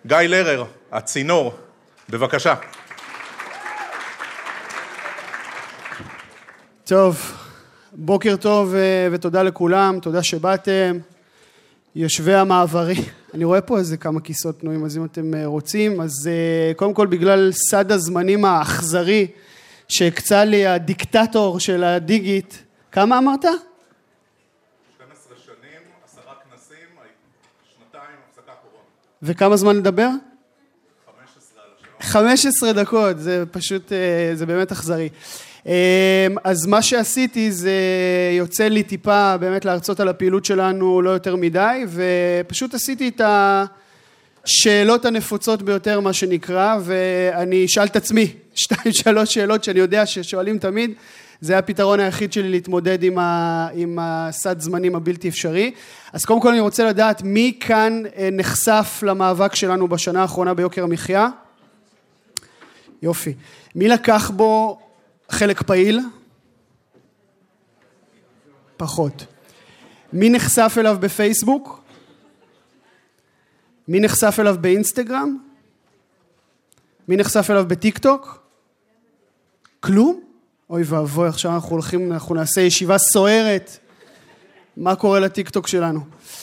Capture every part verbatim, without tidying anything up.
גיא לרר, הצינור, בבקשה. טוב, בוקר טוב ותודה לכולם, תודה שבאתם. יושבי המעברי, אני רואה פה איזה כמה כיסות פנויים, אז אם אתם רוצים, אז קודם כל בגלל סד הזמנים האכזרי שהקצה לי הדיקטטור של הדיגיט, כמה אמרת? שתים עשרה שנים, עשרה כנסים, שנתיים, הפסקה קורונה. וכמה זמן לדבר? חמש עשרה על השעון. חמש עשרה דקות, זה פשוט, זה באמת אכזרי. אז מה שעשיתי זה יוצא לי טיפה באמת להרצות על הפעילות שלנו לא יותר מדי, ופשוט עשיתי את השאלות הנפוצות ביותר מה שנקרא, ואני אשאל את עצמי שתיים שלוש שאלות שאני יודע ששואלים תמיד, זה הפתרון היחיד שלי להתמודד עם, ה, עם הסד זמנים הבלתי אפשרי. אז קודם כל אני רוצה לדעת מי כאן נחשף למאבק שלנו בשנה האחרונה ביוקר המחיה? יופי. מי לקח בו חלק פעיל? פחות. מי נחשף אליו בפייסבוק? מי נחשף אליו באינסטגרם? מי נחשף אליו בטיק טוק? כלום? אוי ואבוי, עכשיו אנחנו הולכים, אנחנו נעשה ישיבה סוערת. מה קורה לטיק טוק שלנו?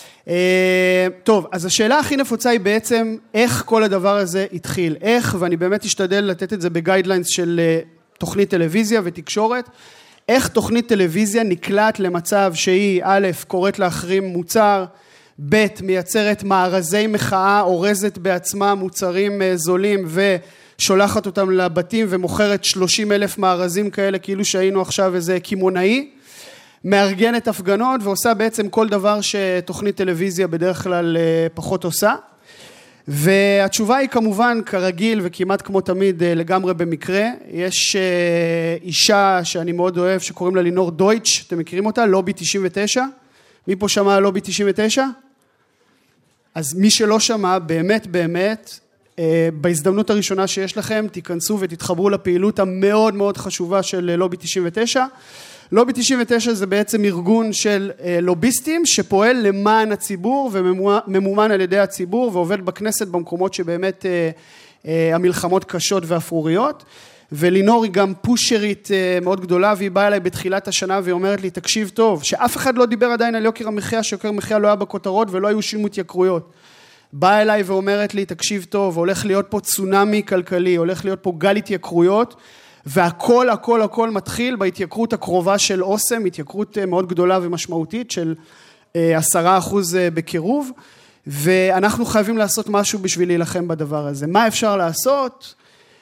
טוב, אז השאלה הכי נפוצה היא בעצם איך כל הדבר הזה התחיל. איך, ואני באמת אשתדל לתת את זה בגיידליינס של תוכנית טלוויזיה ותקשורת, איך תוכנית טלוויזיה נקלט למצב שהיא א', קוראת להחרים מוצר, ב', מייצרת מארזי מחאה, אורזת בעצמה מוצרים זולים ושולחת אותם לבתים ומוכרת שלושים אלף מארזים כאלה כאילו שהיינו עכשיו איזה כימונאי, מארגנת הפגנות ועושה בעצם כל דבר שתוכנית טלוויזיה בדרך כלל פחות עושה. והתשובה היא כמובן כרגיל וכמעט כמו תמיד לגמרי במקרה. יש אישה שאני מאוד אוהב שקוראים לה לינור דויטש, אתם מכירים אותה? לובי תשעים ותשע. מי פה שמע לובי תשעים ותשע? אז מי שלא שמע באמת באמת בהזדמנות הראשונה שיש לכם תיכנסו ותתחברו לפעילות המאוד מאוד חשובה של לובי תשעים ותשע. לובי תשעים ותשע זה בעצם ארגון של לוביסטים שפועל למען הציבור וממומן על ידי הציבור ועובד בכנסת במקומות שבאמת המלחמות קשות ואפרוריות. ולינור היא גם פושרית מאוד גדולה, והיא באה אליי בתחילת השנה והיא אומרת לי, תקשיב טוב, שאף אחד לא דיבר עדיין על יוקר המחיה, שיוקר המחיה לא היה בכותרות ולא היו שום התייקרויות. באה אליי ואומרת לי, תקשיב טוב, הולך להיות פה צונמי כלכלי, הולך להיות פה גל התייקרויות, והכל, הכל, הכל מתחיל בהתייקרות הקרובה של אוסם, התייקרות מאוד גדולה ומשמעותית של עשרה אחוז בקירוב, ואנחנו חייבים לעשות משהו בשביל להילחם בדבר הזה. מה אפשר לעשות?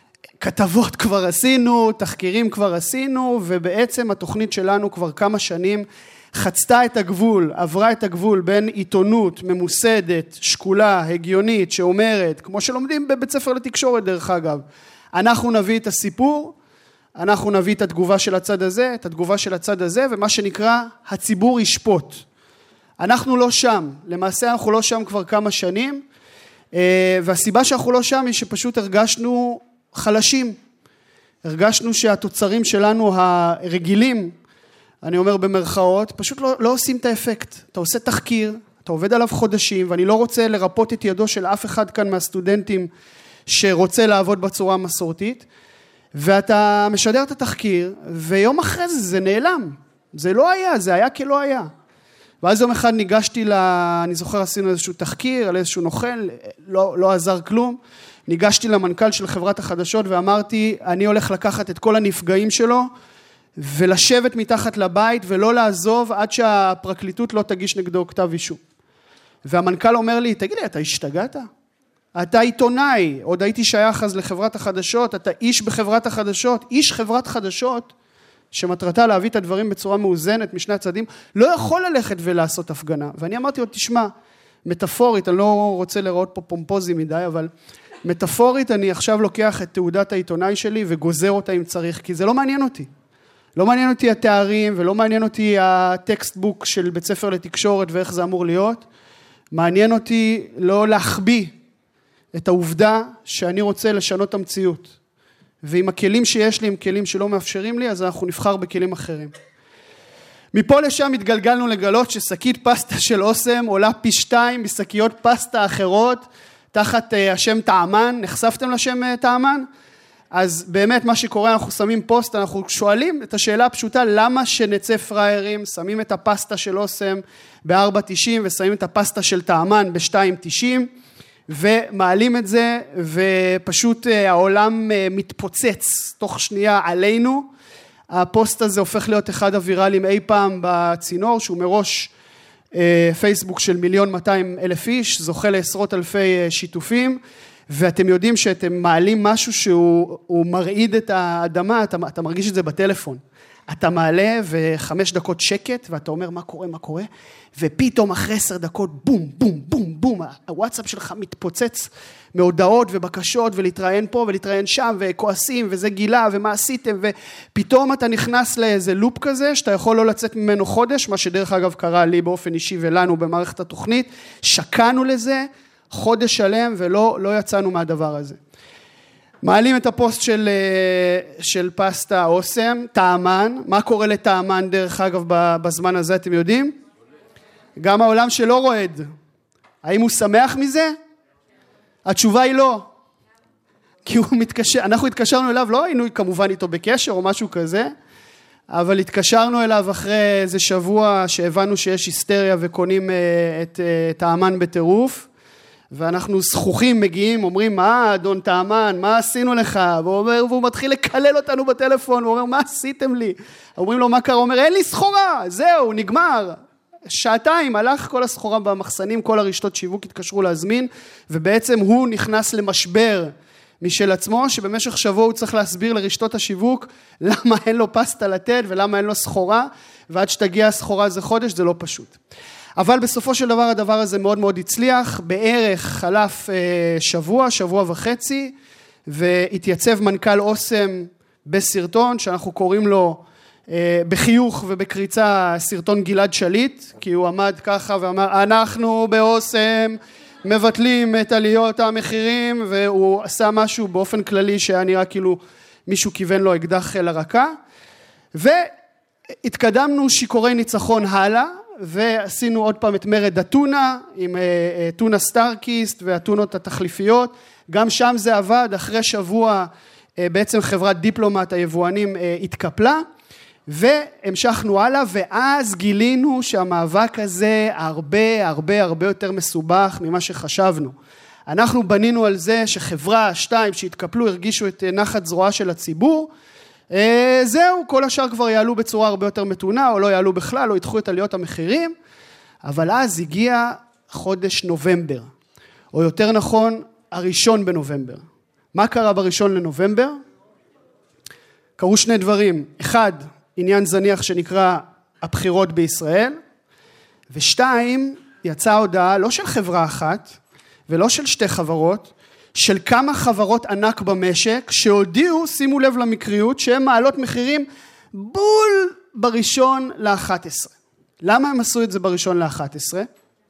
כתבות כבר עשינו, תחקירים כבר עשינו, ובעצם התוכנית שלנו כבר כמה שנים חצתה את הגבול, עברה את הגבול בין עיתונות ממוסדת, שקולה, הגיונית, שאומרת, כמו שלומדים בבית ספר לתקשורת דרך אגב, אנחנו נביא את הסיפור, אנחנו נביא את התגובה של הצד הזה, את התגובה של הצד הזה, ומה שנקרא, הציבור ישפוט. אנחנו לא שם, למעשה אנחנו לא שם כבר כמה שנים, והסיבה שאנחנו לא שם היא שפשוט הרגשנו חלשים. הרגשנו שהתוצרים שלנו הרגילים, אני אומר במרכאות, פשוט לא, לא עושים את האפקט. אתה עושה תחקיר, אתה עובד עליו חודשים, ואני לא רוצה לרפות את ידו של אף אחד כאן מהסטודנטים שרוצה לעבוד בצורה המסורתית, ואתה משדר את התחקיר, ויום אחרי זה זה נעלם. זה לא היה, זה היה כלא היה. ואז יום אחד ניגשתי, לה, אני זוכר עשינו איזשהו תחקיר על איזשהו נוכל, לא, לא עזר כלום, ניגשתי למנכ"ל של חברת החדשות ואמרתי, אני הולך לקחת את כל הנפגעים שלו, ולשבת מתחת לבית ולא לעזוב עד שהפרקליטות לא תגיש נגדו כתב אישום. והמנכ"ל אומר לי, תגיד לי, אתה השתגעת? אתה עיתונאי, עוד הייתי שייך אז לחברת החדשות, אתה איש בחברת החדשות, איש חברת חדשות, שמטרתה להביא את הדברים בצורה מאוזנת משני הצדדים, לא יכול ללכת ולעשות הפגנה. ואני אמרתי לו, תשמע, מטאפורית, אני לא רוצה לראות פה פומפוזי מדי, אבל מטאפורית אני עכשיו לוקח את תעודת העיתונאי שלי וגוזר אותה אם צריך, כי זה לא מעניין אותי. לא מעניין אותי התארים ולא מעניין אותי הטקסטבוק של בית ספר לתקשורת ואיך זה אמור להיות. מעניין אותי לא להחביא את העובדה שאני רוצה לשנות את המציאות. ועם הכלים שיש לי, עם כלים שלא מאפשרים לי, אז אנחנו נבחר בכלים אחרים. מפה לשם התגלגלנו לגלות ששקית פסטה של אוסם עולה פי שתיים משקיות פסטה אחרות, תחת השם טעמן, נחשפתם לשם טעמן? אז באמת מה שקורה, אנחנו שמים פוסט, אנחנו שואלים את השאלה הפשוטה, למה שנצא פריירים, שמים את הפסטה של אוסם ב-ארבע תשעים ושמים את הפסטה של טעמן ב-שתיים תשעים, ומעלים את זה, ופשוט העולם מתפוצץ תוך שנייה עלינו. הפוסט הזה הופך להיות אחד הוויראלים אי פעם בצינור, שהוא מראש פייסבוק של מיליון מאתיים אלף איש, זוכה לעשרות אלפי שיתופים, ואתם יודעים שאתם מעלים משהו שהוא מרעיד את האדמה, אתה, אתה מרגיש את זה בטלפון. אתה מעלה וחמש דקות שקט, ואתה אומר מה קורה, מה קורה, ופתאום אחרי עשר דקות בום, בום, בום, בום, הוואטסאפ שלך מתפוצץ מהודעות ובקשות, ולהתראיין פה ולהתראיין שם, וכועסים, וזה גילה, ומה עשיתם, ופתאום אתה נכנס לאיזה לופ כזה, שאתה יכול לא לצאת ממנו חודש, מה שדרך אגב קרה לי באופן אישי ולנו במערכת התוכנית, שקענו לזה חודש שלם, ולא לא יצאנו מהדבר הזה. מעלים את הפוסט של, של פסטה אוסם, טעמן, מה קורה לטעמן דרך אגב בזמן הזה, אתם יודעים? גם העולם שלא רועד. האם הוא שמח מזה? התשובה היא לא. כי הוא מתקשר, אנחנו התקשרנו אליו, לא היינו כמובן איתו בקשר או משהו כזה, אבל התקשרנו אליו אחרי איזה שבוע שהבנו שיש היסטריה וקונים את טעמן בטירוף, ואנחנו זכוכים, מגיעים, אומרים, מה, אדון טעמן, מה עשינו לך? והוא אומר, והוא מתחיל לקלל אותנו בטלפון, הוא אומר, מה עשיתם לי? אומרים לו, מה קרה? הוא אומר, אין לי סחורה, זהו, נגמר. שעתיים, הלך כל הסחורה במחסנים, כל הרשתות שיווק התקשרו להזמין, ובעצם הוא נכנס למשבר משל עצמו, שבמשך שבוע הוא צריך להסביר לרשתות השיווק, למה אין לו פסטה לתת, ולמה אין לו סחורה, ועד שתגיע הסחורה זה חודש, זה לא פשוט. אבל בסופו של דבר הדבר הזה מאוד מאוד הצליח, בערך חלף שבוע, שבוע וחצי, והתייצב מנכ"ל אוסם בסרטון, שאנחנו קוראים לו בחיוך ובקריצה סרטון גלעד שליט, כי הוא עמד ככה ואמר, אנחנו באוסם מבטלים את עליות המחירים, והוא עשה משהו באופן כללי שהיה נראה כאילו מישהו כיוון לו אקדח לרקה, והתקדמנו שיקורי ניצחון הלאה, ועשינו עוד פעם את מרד הטונה, עם טונה סטארקיסט והטונות התחליפיות, גם שם זה עבד, אחרי שבוע בעצם חברת דיפלומט היבואנים התקפלה, והמשכנו הלאה, ואז גילינו שהמאבק הזה הרבה הרבה הרבה יותר מסובך ממה שחשבנו. אנחנו בנינו על זה שחברה, שתיים שהתקפלו, הרגישו את נחת זרועה של הציבור, זהו, כל השאר כבר יעלו בצורה הרבה יותר מתונה, או לא יעלו בכלל, או ידחו את עליות המחירים, אבל אז הגיע חודש נובמבר, או יותר נכון, הראשון בנובמבר. מה קרה בראשון לנובמבר? קרו שני דברים. אחד, עניין זניח שנקרא הבחירות בישראל, ושתיים, יצאה הודעה לא של חברה אחת, ולא של שתי חברות, של כמה חברות ענק במשק, שהודיעו, שימו לב למקריות, שהן מעלות מחירים בול בראשון לאחת עשרה. למה הם עשו את זה בראשון לאחת עשרה?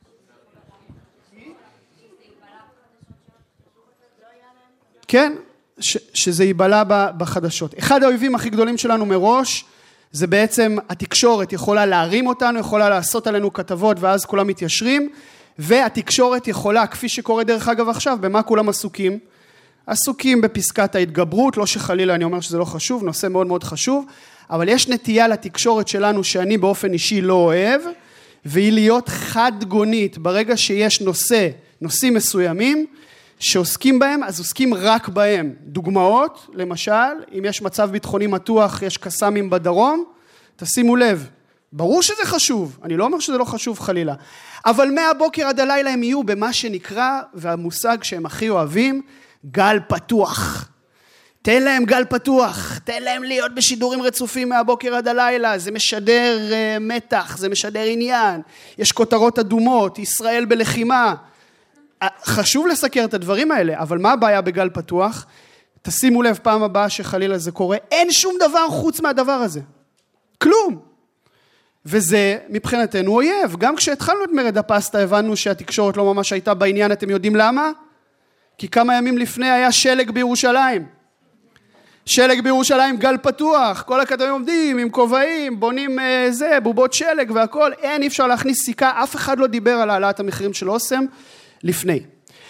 כן, ש- שזה ייבלע בחדשות. אחד האויבים הכי גדולים שלנו מראש, זה בעצם התקשורת יכולה להרים אותנו, יכולה לעשות עלינו כתבות, ואז כולם מתיישרים, והתקשורת יכולה, כפי שקורה דרך אגב עכשיו, במה כולם עסוקים? עסוקים בפסקת ההתגברות, לא שחלילה אני אומר שזה לא חשוב, נושא מאוד מאוד חשוב, אבל יש נטייה לתקשורת שלנו שאני באופן אישי לא אוהב, והיא להיות חד גונית, ברגע שיש נושא, נושאים מסוימים, שעוסקים בהם, אז עוסקים רק בהם. דוגמאות, למשל, אם יש מצב ביטחוני מתוח, יש קסאמים בדרום, תשימו לב, ברור שזה חשוב, אני לא אומר שזה לא חשוב חלילה, אבל מהבוקר עד הלילה הם יהיו במה שנקרא, והמושג שהם הכי אוהבים, גל פתוח. תן להם גל פתוח, תן להם להיות בשידורים רצופים מהבוקר עד הלילה, זה משדר uh, מתח, זה משדר עניין, יש כותרות אדומות, ישראל בלחימה, חשוב לסקר את הדברים האלה, אבל מה הבעיה בגל פתוח? תשימו לב פעם הבאה שחלילה זה קורה, אין שום דבר חוץ מהדבר הזה, כלום. וזה מבחינתנו אויב, גם כשהתחלנו את מרד הפסטה הבנו שהתקשורת לא ממש הייתה בעניין, אתם יודעים למה? כי כמה ימים לפני היה שלג בירושלים, שלג בירושלים גל פתוח, כל הכתבים עומדים עם כובעים, בונים זה, בובות שלג והכל, אין, אי אפשר להכניס סיכה, אף אחד לא דיבר על העלאת המחירים של אוסם לפני.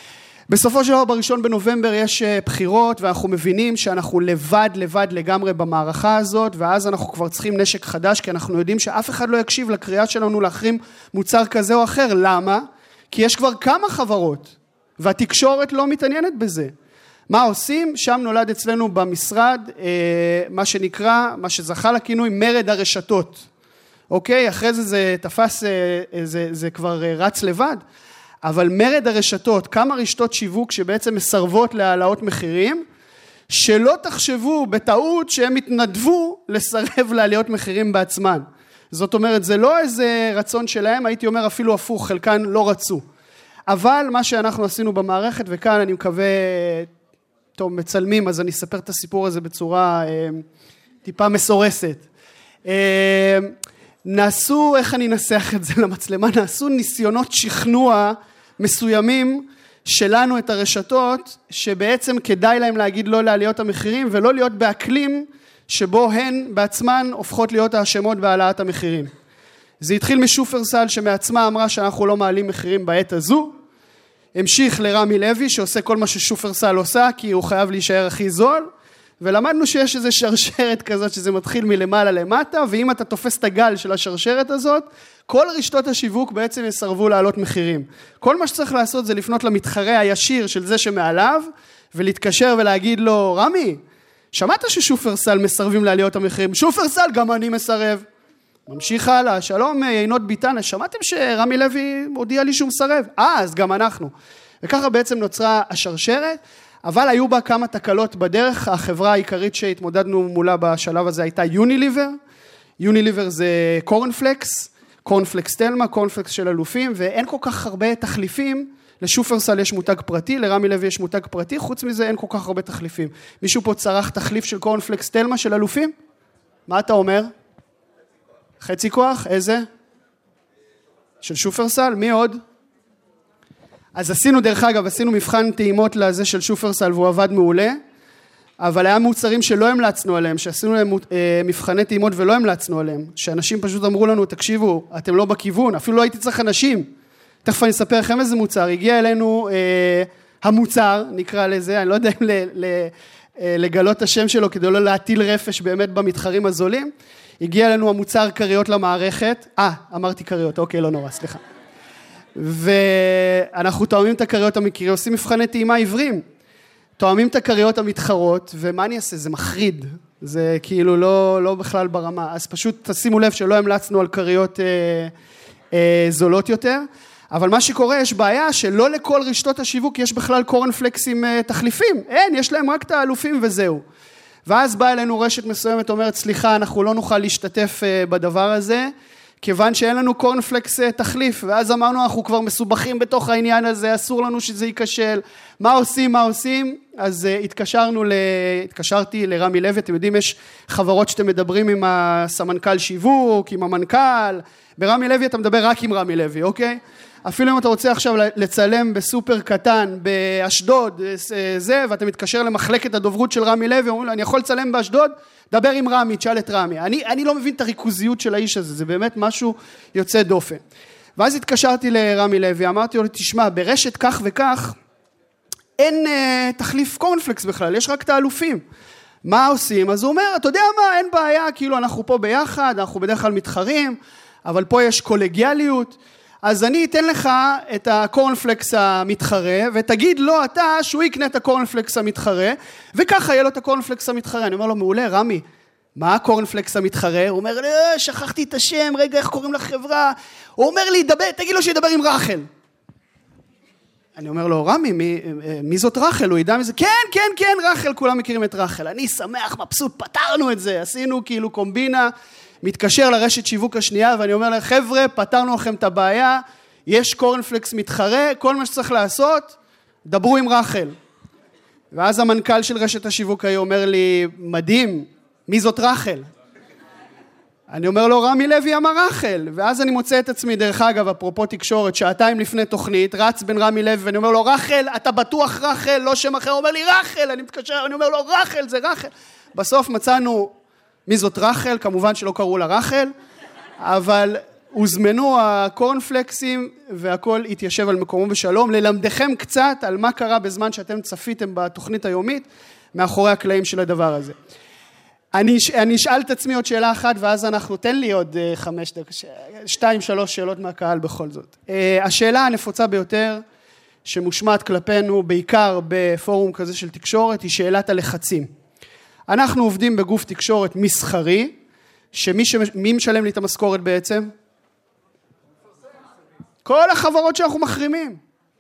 בסופו של דבר בראשון בנובמבר יש בחירות, ואנחנו מבינים שאנחנו לבד לבד לגמרי במערכה הזאת, ואז אנחנו כבר צריכים נשק חדש, כי אנחנו יודעים שאף אחד לא יקשיב לקריאה שלנו להחרים מוצר כזה או אחר. למה? כי יש כבר כמה חברות, והתקשורת לא מתעניינת בזה. מה עושים? שם נולד אצלנו במשרד, מה שנקרא, מה שזכה לכינוי מרד הרשתות. אוקיי? אחרי זה זה תפס, זה, זה כבר רץ לבד. אבל מרד הרשתות, כמה רשתות שיווק שבעצם מסרבות להעלאות מחירים, שלא תחשבו בטעות שהם התנדבו לסרב לעליות מחירים בעצמן. זאת אומרת, זה לא איזה רצון שלהם, הייתי אומר אפילו הפוך, חלקן לא רצו. אבל מה שאנחנו עשינו במערכת, וכאן אני מקווה, טוב, מצלמים, אז אני אספר את הסיפור הזה בצורה אה, טיפה מסורסת. אה, נעשו, איך אני אנסח את זה למצלמה, נעשו ניסיונות שכנוע מסוימים שלנו את הרשתות, שבעצם כדאי להם להגיד לא לעליות המחירים, ולא להיות באקלים שבו הן בעצמן הופכות להיות האשמות בהעלאת המחירים. זה התחיל משופרסל שמעצמה אמרה שאנחנו לא מעלים מחירים בעת הזו, המשיך לרמי לוי שעושה כל מה ששופרסל עושה, כי הוא חייב להישאר הכי זול, ולמדנו שיש איזו שרשרת כזאת שזה מתחיל מלמעלה למטה, ואם אתה תופס את הגל של השרשרת הזאת, כל רשתות השיווק בעצם יסרבו לעלות מחירים. כל מה שצריך לעשות זה לפנות למתחרה הישיר של זה שמעליו, ולהתקשר ולהגיד לו, רמי, שמעת ששופרסל מסרבים לעליות המחירים? שופרסל, גם אני מסרב. ממשיך הלאה, שלום יינות ביטן, שמעתם שרמי לוי הודיע לי שהוא מסרב? אה, אז גם אנחנו. וככה בעצם נוצרה השרשרת, אבל היו בה כמה תקלות בדרך. החברה העיקרית שהתמודדנו מולה בשלב הזה הייתה יוניליבר. יוניליבר זה קורנפלקס, קורנפלקס תלמה, קורנפלקס של אלופים, ואין כל כך הרבה תחליפים. לשופרסל יש מותג פרטי, לרמי לוי יש מותג פרטי, חוץ מזה אין כל כך הרבה תחליפים. מישהו פה צרך תחליף של קורנפלקס תלמה של אלופים? מה אתה אומר? חצי כוח? איזה? של שופרסל? מי עוד? אז עשינו, דרך אגב, עשינו מבחן טעימות לזה של שופרסל והוא עבד מעולה, אבל היה מוצרים שלא המלצנו עליהם, שעשינו להם מבחני טעימות ולא המלצנו עליהם, שאנשים פשוט אמרו לנו, תקשיבו, אתם לא בכיוון, אפילו לא הייתי צריך אנשים. תכף אני אספר לכם איזה מוצר, הגיע אלינו אה, המוצר, נקרא לזה, אני לא יודע אם ל, ל, אה, לגלות את השם שלו, כדי לא להטיל רפש באמת במתחרים הזולים, הגיע אלינו המוצר קריות למערכת, אה, אמרתי קריות, אוקיי, לא נורא, סליחה. ואנחנו תואמים את הקריות המקריות, עושים מבחני טעימה עיוורים, תואמים את הקריות המתחרות, ומה אני אעשה? זה מחריד, זה כאילו לא, לא בכלל ברמה, אז פשוט תשימו לב שלא המלצנו על קריות אה, אה, זולות יותר, אבל מה שקורה, יש בעיה שלא לכל רשתות השיווק יש בכלל קורנפלקסים אה, תחליפים, אין, יש להם רק את האלופים וזהו. ואז באה אלינו רשת מסוימת, אומרת, סליחה, אנחנו לא נוכל להשתתף אה, בדבר הזה, כיוון שאין לנו קורנפלקס תחליף, ואז אמרנו, אנחנו כבר מסובכים בתוך העניין הזה, אסור לנו שזה ייכשל, מה עושים, מה עושים? אז uh, התקשרנו, ל... התקשרתי לרמי לוי, אתם יודעים, יש חברות שאתם מדברים עם הסמנכ"ל שיווק, עם המנכ"ל, ברמי לוי אתה מדבר רק עם רמי לוי, אוקיי? אפילו אם אתה רוצה עכשיו לצלם בסופר קטן, באשדוד, זה, ואתה מתקשר למחלקת הדוברות של רמי לוי, אומרים לו, אני יכול לצלם באשדוד? דבר עם רמי, תשאל את רמי. אני, אני לא מבין את הריכוזיות של האיש הזה, זה באמת משהו יוצא דופן. ואז התקשרתי לרמי לוי, אמרתי לו, תשמע, ברשת כך וכך, אין uh, תחליף קורנפלקס בכלל, יש רק את האלופים. מה עושים? אז הוא אומר, אתה יודע מה, אין בעיה, כאילו אנחנו פה ביחד, אנחנו בדרך כלל מתחרים, אבל פה יש קולגיאליות, אז אני אתן לך את הקורנפלקס המתחרה, ותגיד לו אתה שהוא יקנה את הקורנפלקס המתחרה, וככה יהיה לו את הקורנפלקס המתחרה. אני אומר לו, מעולה, רמי, מה הקורנפלקס המתחרה? הוא אומר, לא, שכחתי את השם, רגע, איך קוראים לחברה? הוא אומר לי, דבר, תגיד לו שידבר עם רחל. אני אומר לו, רמי, מי, מי זאת רחל? הוא ידע מזה, כן, כן, כן, רחל, כולם מכירים את רחל. אני שמח, מבסוט, פתרנו את זה, עשינו כאילו קומבינה, מתקשר לרשת שיווק השנייה, ואני אומר להם, חבר'ה, פתרנו לכם את הבעיה, יש קורנפלקס מתחרה, כל מה שצריך לעשות, דברו עם רחל. ואז המנכ"ל של רשת השיווק היה אומר לי, מדהים, מי זאת רחל? אני אומר לו, רמי לוי אמר רחל, ואז אני מוצא את עצמי, דרך אגב, אפרופו תקשורת, שעתיים לפני תוכנית, רץ בין רמי לוי, ואני אומר לו, רחל, אתה בטוח רחל, לא שם אחר, הוא אומר לי, רחל, אני מתקשר, אני אומר לו, רחל, זה רחל. בסוף מצאנו, מי זאת רחל? כמובן שלא קראו לה רחל, אבל הוזמנו הקורנפלקסים והכל התיישב על מקומו בשלום, ללמדכם קצת על מה קרה בזמן שאתם צפיתם בתוכנית היומית, מאחורי הקלעים של הדבר הזה. אני, אני אשאל את עצמי עוד שאלה אחת, ואז אנחנו, תן לי עוד חמש דקות, שתיים, שלוש שאלות מהקהל בכל זאת. השאלה הנפוצה ביותר, שמושמעת כלפינו, בעיקר בפורום כזה של תקשורת, היא שאלת הלחצים. אנחנו עובדים בגוף תקשורת מסחרי, שמי ש... מי משלם לי את המשכורת בעצם? כל החברות שאנחנו מחרימים.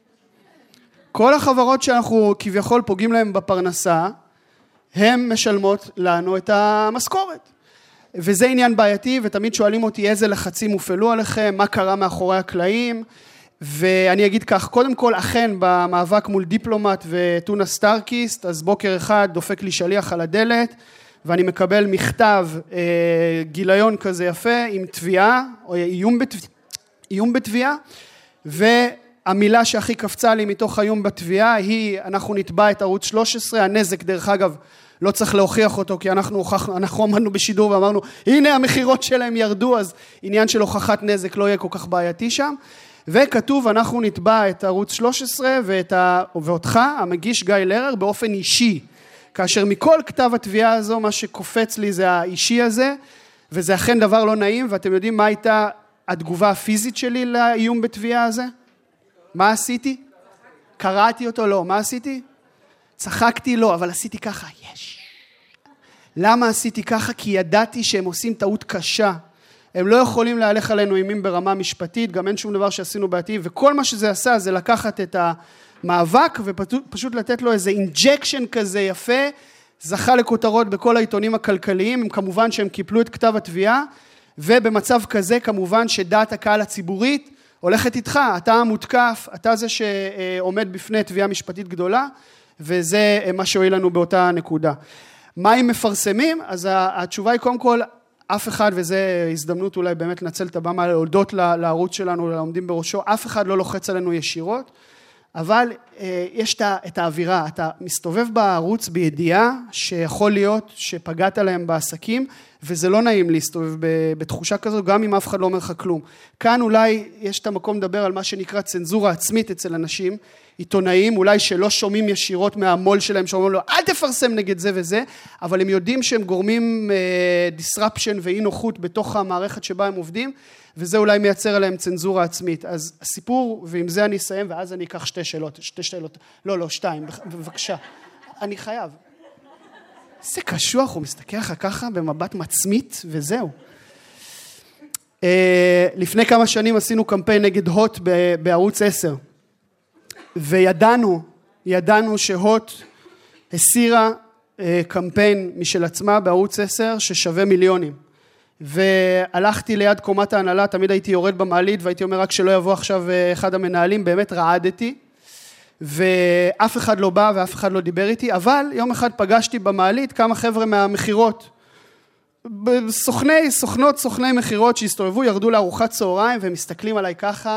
כל החברות שאנחנו כביכול פוגעים להם בפרנסה, הן משלמות לנו את המשכורת. וזה עניין בעייתי, ותמיד שואלים אותי איזה לחצים הופעלו עליכם, מה קרה מאחורי הקלעים, ואני אגיד כך, קודם כל, אכן במאבק מול דיפלומט וטונה סטארקיסט, אז בוקר אחד דופק לי שליח על הדלת, ואני מקבל מכתב אה, גיליון כזה יפה, עם תביעה, או איום, בתו... איום בתביעה, והמילה שהכי קפצה לי מתוך האיום בתביעה, היא, אנחנו נתבע את ערוץ שלוש עשרה, הנזק דרך אגב, לא צריך להוכיח אותו, כי אנחנו הוכחנו, אנחנו עמדנו בשידור ואמרנו, הנה המחירות שלהם ירדו, אז עניין של הוכחת נזק לא יהיה כל כך בעייתי שם, וכתוב, אנחנו נתבע את ערוץ שלוש עשרה, ואת ה... ואותך, המגיש גיא לרר, באופן אישי, כאשר מכל כתב התביעה הזו, מה שקופץ לי זה האישי הזה, וזה אכן דבר לא נעים, ואתם יודעים מה הייתה התגובה הפיזית שלי לאיום בתביעה הזה? מה עשיתי? קראתי אותו? לא. מה עשיתי? צחקתי? לא, אבל עשיתי ככה, יש. למה עשיתי ככה? כי ידעתי שהם עושים טעות קשה. הם לא יכולים להלך עלינו אימים ברמה משפטית, גם אין שום דבר שעשינו בעתיד, וכל מה שזה עשה זה לקחת את המאבק, ופשוט לתת לו איזה אינג'קשן כזה יפה, זכה לכותרות בכל העיתונים הכלכליים, כמובן שהם קיפלו את כתב התביעה, ובמצב כזה כמובן שדעת הקהל הציבורית הולכת איתך, אתה המותקף, אתה זה שעומד בפני תביעה משפטית גדולה, וזה מה שהועיל לנו באותה נקודה. מה אם מפרסמים? אז התשובה היא קודם כל, אף אחד, וזה הזדמנות אולי באמת לנצל את הבמה להודות לערוץ שלנו, לעומדים בראשו, אף אחד לא לוחץ עלינו ישירות, אבל אה, יש את האווירה, אתה מסתובב בערוץ בידיעה שיכול להיות שפגעת להם בעסקים, וזה לא נעים להסתובב בתחושה כזו, גם אם אף אחד לא אומר לך כלום. כאן אולי יש את המקום לדבר על מה שנקרא צנזורה עצמית אצל אנשים, עיתונאים, אולי שלא שומעים ישירות מהמול שלהם, שאומרים לו, אל תפרסם נגד זה וזה, אבל הם יודעים שהם גורמים אה, disruption ואי נוחות בתוך המערכת שבה הם עובדים, וזה אולי מייצר עליהם צנזורה עצמית. אז הסיפור, ועם זה אני אסיים, ואז אני אקח שתי שאלות, שתי שאלות, לא, לא, שתיים, בבקשה. אני חייב. זה קשוח, הוא מסתכל לך ככה במבט מצמית, וזהו. לפני כמה שנים עשינו קמפיין נגד הוט בערוץ עשר, וידענו, ידענו שהוט הסירה קמפיין משל עצמה בערוץ עשר ששווה מיליונים. והלכתי ליד קומת ההנהלה, תמיד הייתי יורד במעלית, והייתי אומר רק שלא יבוא עכשיו אחד המנהלים, באמת רעדתי, ואף אחד לא בא ואף אחד לא דיבר איתי, אבל יום אחד פגשתי במעלית כמה חבר'ה מהמחירות, סוכני, סוכנות, סוכני מחירות שהסתובבו, ירדו לארוחת צהריים, והם מסתכלים עליי ככה,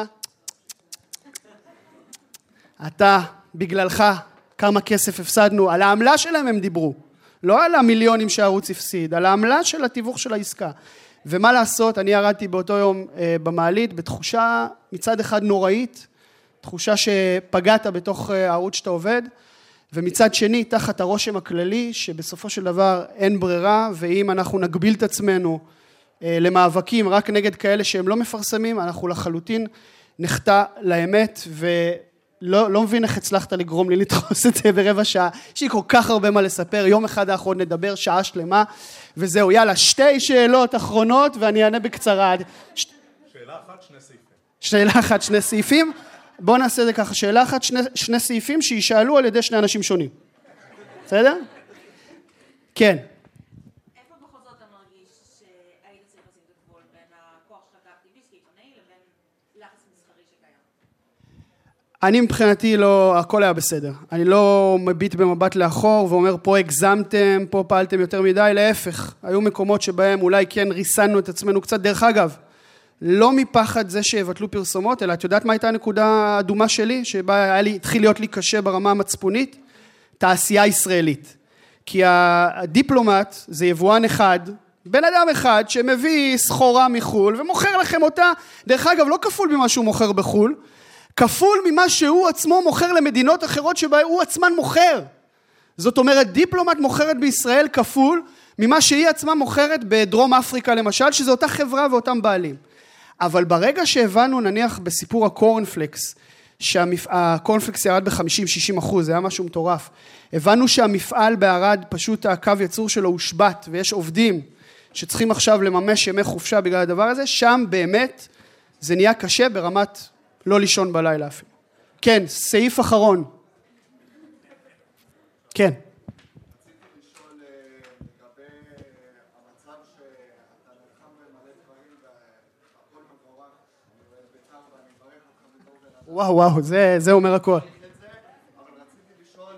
אתה, בגללך, כמה כסף הפסדנו, על העמלה שלהם הם דיברו, לא על המיליונים שהערוץ הפסיד, על העמלה של התיווך של העסקה. ומה לעשות, אני ירדתי באותו יום אה, במעלית, בתחושה מצד אחד נוראית, תחושה שפגעת בתוך אה, הערוץ שאתה עובד, ומצד שני, תחת הרושם הכללי, שבסופו של דבר אין ברירה, ואם אנחנו נגביל את עצמנו אה, למאבקים רק נגד כאלה שהם לא מפרסמים, אנחנו לחלוטין נחטא לאמת, ו... לא, לא מבין איך הצלחת לגרום לי לדחוס את זה ברבע שעה, יש לי כל כך הרבה מה לספר, יום אחד האחרון נדבר שעה שלמה, וזהו, יאללה, שתי שאלות אחרונות, ואני אענה בקצרה. ש... שאלה אחת, שני סעיפים. שאלה אחת, שני סעיפים, בואו נעשה את זה ככה, שאלה אחת, שני, שני סעיפים שישאלו על ידי שני אנשים שונים. בסדר? כן. איפה בכל זאת אתה מרגיש שהיית צריך לשים את הגבול בין הכוח שלך כאקטיביסט עיתונאי לבין לחץ מסחרי שקיים? אני מבחינתי לא, הכל היה בסדר. אני לא מביט במבט לאחור ואומר פה הגזמתם, פה פעלתם יותר מדי, להפך. היו מקומות שבהם אולי כן ריסנו את עצמנו קצת. דרך אגב, לא מפחד זה שיבטלו פרסומות, אלא את יודעת מה הייתה הנקודה האדומה שלי, שבה היה לי, התחיל להיות לי קשה ברמה המצפונית? תעשייה ישראלית. כי הדיפלומט זה יבואן אחד, בן אדם אחד שמביא סחורה מחול ומוכר לכם אותה, דרך אגב, לא כפול ממה שהוא מוכר בחול, כפול ממה שהוא עצמו מוכר למדינות אחרות שבה הוא עצמן מוכר. זאת אומרת, דיפלומט מוכרת בישראל כפול ממה שהיא עצמה מוכרת בדרום אפריקה למשל, שזו אותה חברה ואותם בעלים. אבל ברגע שהבנו, נניח בסיפור הקורנפלקס, שהקורנפלקס ירד ב-חמישים שישים אחוז, זה היה משהו מטורף. הבנו שהמפעל בערד, פשוט הקו יצור שלו הושבת, ויש עובדים שצריכים עכשיו לממש ימי חופשה בגלל הדבר הזה, שם באמת זה נהיה קשה ברמת לא לישון בלילה אפילו. כן, סעיף אחרון. כן. רציתי לשאול לגבי המצב שאתה נלחם במלא דברים והכל מבורך, אני בצער ואני מברך אותך בתור בן אדם. וואו, וואו, זה, זה אומר הכל. אבל רציתי לשאול,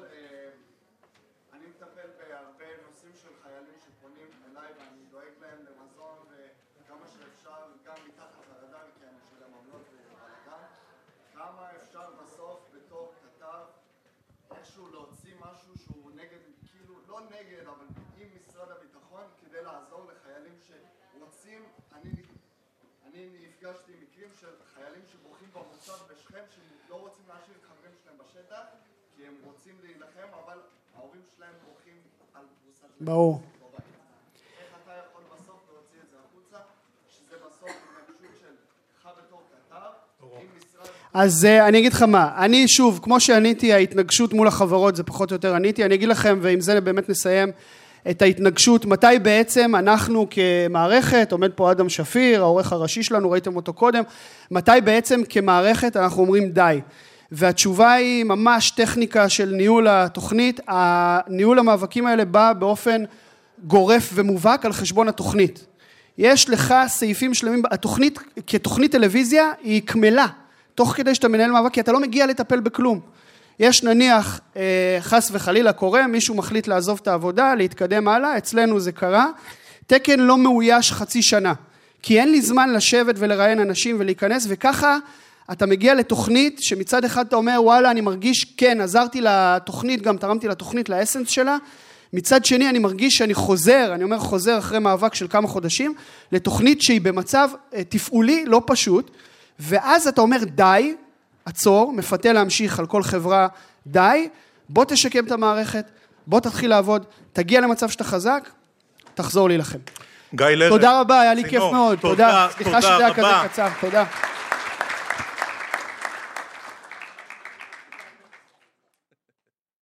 אני מטפל בהרבה נושאים של חיילים שפונים אליי ואני דואג להם למזון וכמה שאפשר, גם מתחת לרדאר, כי אני משלם עמלות ובלגן. כמה אפשר בסוף בתור כתב איכשהו להוציא משהו שהוא נגד, כאילו לא נגד, אבל עם משרד הביטחון כדי לעזור לחיילים שרוצים, אני, אני נפגשתי עם מקרים של חיילים שבורחים במוצב בשכם שלא רוצים להשאיר את חברים שלהם בשטח כי הם רוצים להילחם, אבל ההורים שלהם בורחים על פרוסת שלהם. ברור. איך אתה יכול בסוף להוציא את זה החוצה, שזה בסוף התנגשות שלך בתור כתב עם משרד... אז אני אגיד לך מה, אני שוב, כמו שעניתי, ההתנגשות מול החברות זה פחות או יותר עניתי, אני אגיד לכם, ועם זה באמת נסיים את ההתנגשות, מתי בעצם אנחנו כמערכת, עומד פה אדם שפיר, העורך הראשי שלנו, ראיתם אותו קודם, מתי בעצם כמערכת אנחנו אומרים די, והתשובה היא ממש טכניקה של ניהול התוכנית, הניהול המאבקים האלה בא באופן גורף ומובהק על חשבון התוכנית, יש לך סעיפים שלמים, התוכנית כתוכנית טלוויזיה היא כמלה, תוך כדי שאתה מנהל מאבק, כי אתה לא מגיע לטפל בכלום. יש נניח, אה, חס וחלילה קורה, מישהו מחליט לעזוב את העבודה, להתקדם הלאה, אצלנו זה קרה, תקן לא מאויש חצי שנה, כי אין לי זמן לשבת ולראיין אנשים ולהיכנס, וככה אתה מגיע לתוכנית, שמצד אחד אתה אומר, וואלה, אני מרגיש, כן, עזרתי לתוכנית, גם תרמתי לתוכנית, לאסנס שלה, מצד שני אני מרגיש שאני חוזר, אני אומר חוזר אחרי מאבק של כמה חודשים, לתוכנית שהיא במצב אה, תפעולי לא פשוט, ואז אתה אומר די, עצור, מפתה להמשיך על כל חברה, די, בוא תשקם את המערכת, בוא תתחיל לעבוד, תגיע למצב שאתה חזק, תחזור להילחם. גיא לרר. תודה רבה, היה לי כיף מאוד, תודה. תודה, סליחה שזה היה כזה קצר, תודה.